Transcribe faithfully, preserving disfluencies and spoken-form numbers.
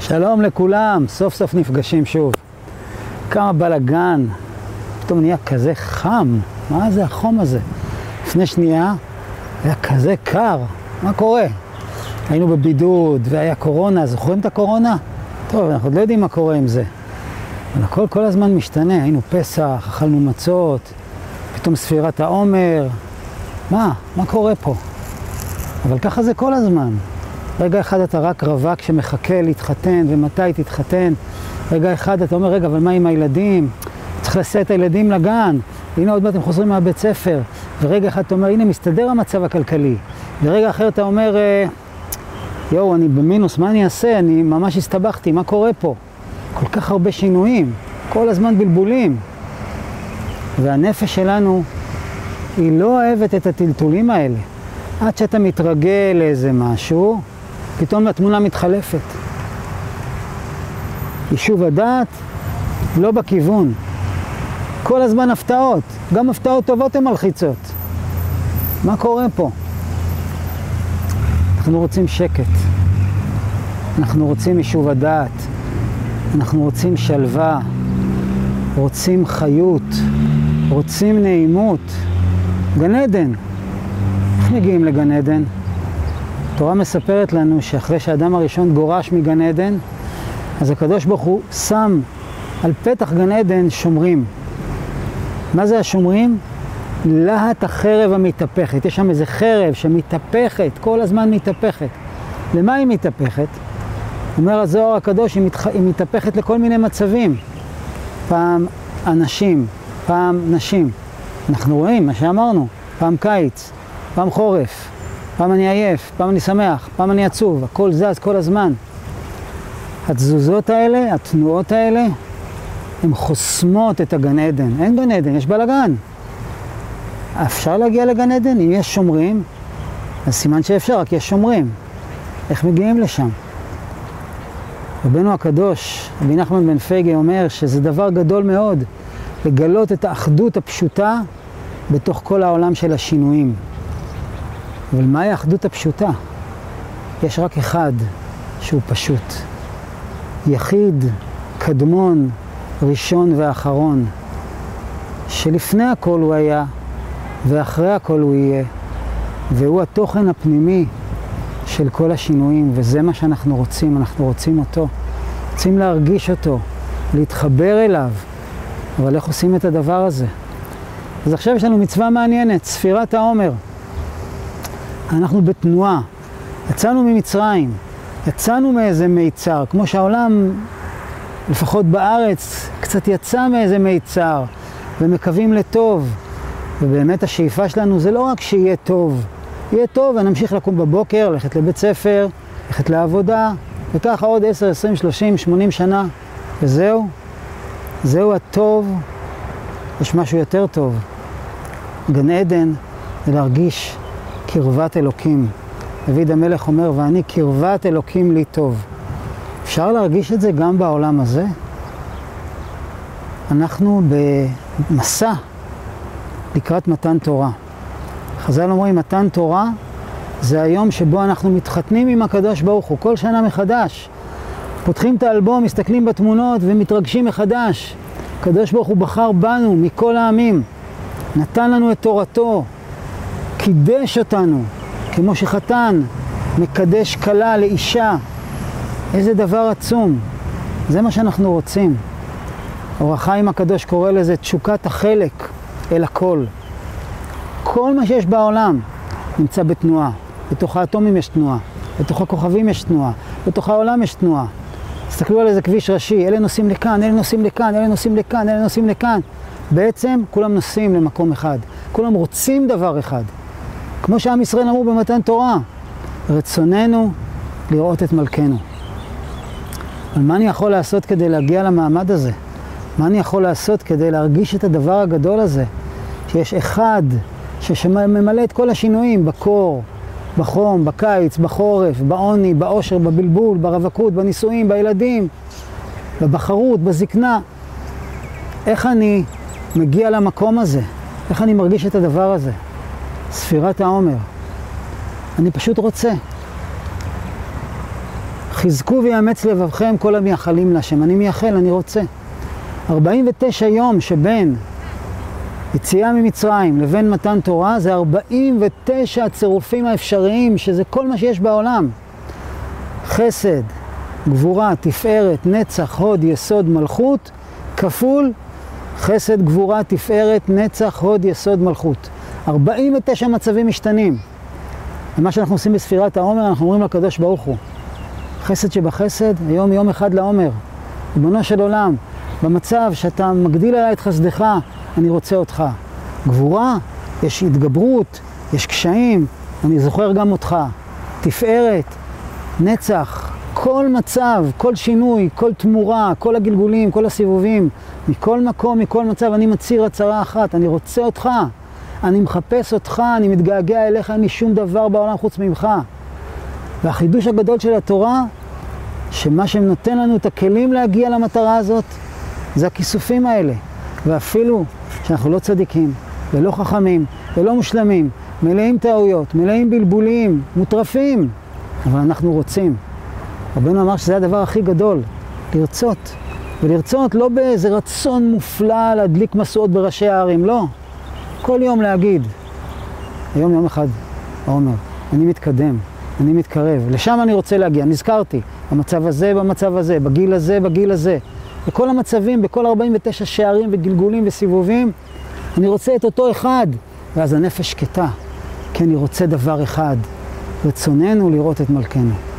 שלום לכולם, סוף סוף נפגשים שוב. כמה בלגן, פתאום נהיה כזה חם. מה זה החום הזה? לפני שנייה היה כזה קר. מה קורה? היינו בבידוד והיה קורונה, זוכרים את הקורונה? טוב, אנחנו עוד לא יודעים מה קורה עם זה. אבל הכל כל הזמן משתנה, היינו פסח, אכלנו מצות, פתאום ספירת העומר. מה? מה קורה פה? אבל ככה זה כל הזמן. רגע אחד אתה רק רווק שמחכה להתחתן, ומתי תתחתן. רגע אחד אתה אומר, רגע, אבל מה עם הילדים? צריך לשאת את הילדים לגן. הנה עוד מעט הם חוזרים מהבית ספר. ורגע אחד אתה אומר, הנה מסתדר המצב הכלכלי. ורגע אחר אתה אומר, יואו, אני במינוס, מה אני אעשה? אני ממש הסתבכתי, מה קורה פה? כל כך הרבה שינויים, כל הזמן בלבולים. והנפש שלנו, היא לא אוהבת את הטלטולים האלה. עד שאתה מתרגל לאיזה משהו, פתאום התמונה מתחלפת. יישוב הדעת, לא בכיוון. כל הזמן הפתעות, גם הפתעות טובות הן מלחיצות. מה קורה פה? אנחנו רוצים שקט. אנחנו רוצים יישוב הדעת. אנחנו רוצים שלווה. רוצים חיות. רוצים נעימות. גן עדן. איך מגיעים לגן עדן? התורה מספרת לנו שאחרי שהאדם הראשון גורש מגן עדן, אז הקדוש ברוך הוא שם על פתח גן עדן שומרים. מה זה השומרים? להט החרב המתהפכת. יש שם איזה חרב שמתהפכת, כל הזמן מתהפכת. למה היא מתהפכת? אומר הזוהר הקדוש, היא, מתח... היא מתהפכת לכל מיני מצבים. פעם אנשים, פעם נשים. אנחנו רואים מה שאמרנו, פעם קיץ, פעם חורף, פעם אני עייף, פעם אני שמח, פעם אני עצוב, הכל זז כל הזמן. התזוזות האלה, התנועות האלה, הן חוסמות את הגן עדן. אין גן עדן, יש בלגן. אפשר להגיע לגן עדן? אם יש שומרים, אז סימן שאפשר, רק יש שומרים. איך מגיעים לשם? רבנו הקדוש, רבי נחמן בן פייגה, אומר שזה דבר גדול מאוד, לגלות את האחדות הפשוטה בתוך כל העולם של השינויים. אבל מהי האחדות הפשוטה? יש רק אחד שהוא פשוט. יחיד, קדמון, ראשון ואחרון. שלפני הכל הוא היה, ואחרי הכל הוא יהיה. והוא התוכן הפנימי של כל השינויים, וזה מה שאנחנו רוצים, אנחנו רוצים אותו. רוצים להרגיש אותו, להתחבר אליו. אבל איך עושים את הדבר הזה? אז עכשיו יש לנו מצווה מעניינת, ספירת העומר. אנחנו בתנועה, יצאנו ממצרים, יצאנו מאיזה מיצר, כמו שהעולם, לפחות בארץ, קצת יצא מאיזה מיצר, ומקווים לטוב. ובאמת השאיפה שלנו זה לא רק שיהיה טוב, יהיה טוב ונמשיך לקום בבוקר, ללכת לבית ספר, ללכת לעבודה, וככה עוד עשר, עשרים, שלושים, שמונים שנה, וזהו, זהו הטוב. יש משהו יותר טוב. גן עדן זה להרגיש קרבת אלוקים. דוד המלך אומר, ואני קרבת אלוקים לי טוב. אפשר להרגיש את זה גם בעולם הזה? אנחנו במסע לקראת מתן תורה. חז"ל אומרים, מתן תורה זה היום שבו אנחנו מתחתנים עם הקדוש ברוך הוא, כל שנה מחדש. פותחים את האלבום, מסתכלים בתמונות ומתרגשים מחדש. הקדוש ברוך הוא בחר בנו מכל העמים, נתן לנו את תורתו, קידש אותנו, כמו שחתן מקדש כלה לאישה. איזה דבר עצום. זה מה שאנחנו רוצים. אור החיים הקדוש קורא לזה תשוקת החלק אל הכל. כל מה שיש בעולם נמצא בתנועה. בתוך האטומים יש תנועה, בתוך הכוכבים יש תנועה, בתוך העולם יש תנועה. תסתכלו על איזה כביש ראשי, אלה נוסעים לכאן, אלה נוסעים לכאן, אלה נוסעים לכאן, אלה נוסעים לכאן. בעצם כולם נוסעים למקום אחד. כולם רוצים דבר אחד. כמו שעם ישראל אמרו במתן תורה, רצוננו לראות את מלכנו. אבל מה אני יכול לעשות כדי להגיע למעמד הזה? מה אני יכול לעשות כדי להרגיש את הדבר הגדול הזה? שיש אחד שממלא את כל השינויים, בקור, בחום, בקיץ, בחורף, בעוני, באושר, בבלבול, ברווקות, בנישואים, בילדים, בבחרות, בזקנה. איך אני מגיע למקום הזה? איך אני מרגיש את הדבר הזה? ספירת העומר. אני פשוט רוצה. חזקו ויאמץ לבבכם כל המייחלים להשם. אני מייחל, אני רוצה. ארבעים ותשע יום שבין יציאה ממצרים לבין מתן תורה, זה ארבעים ותשע הצירופים האפשריים, שזה כל מה שיש בעולם. חסד, גבורה, תפארת, נצח, הוד, יסוד, מלכות, כפול חסד, גבורה, תפארת, נצח, הוד, יסוד, מלכות. ארבעים ותשע מצבים משתנים. ומה שאנחנו עושים בספירת העומר, אנחנו אומרים לקדוש ברוך הוא, חסד שבחסד, היום יום אחד לעומר. ריבונו של עולם, במצב שאתה מגדיל עליי את חסדך, אני רוצה אותך. גבורה, יש התגברות, יש קשיים, אני זוכר גם אותך. תפארת, נצח, כל מצב, כל שינוי, כל תמורה, כל הגלגולים, כל הסיבובים, מכל מקום, מכל מצב, אני מצהיר הצהרה אחת, אני רוצה אותך, אני מחפש אותך, אני מתגעגע אליך, אין לי שום דבר בעולם חוץ ממך. והחידוש הגדול של התורה, שמה שנותן לנו את הכלים להגיע למטרה הזאת, זה הכיסופים האלה. ואפילו שאנחנו לא צדיקים, ולא חכמים, ולא מושלמים, מלאים טעויות, מלאים בלבולים, מוטרפים, אבל אנחנו רוצים. רבנו אמר שזה הדבר הכי גדול, לרצות. ולרצות לא באיזה רצון מופלא להדליק מסעות בראשי הערים, לא. כל יום להגיד, היום יום אחד, העומר, אני מתקדם, אני מתקרב, לשם אני רוצה להגיע, נזכרתי, במצב הזה, במצב הזה, בגיל הזה, בגיל הזה. בכל המצבים, בכל ארבעים ותשע שערים וגלגולים וסיבובים, אני רוצה את אותו אחד, ואז הנפש שקטה, כי אני רוצה דבר אחד, רצוננו לראות את מלכנו.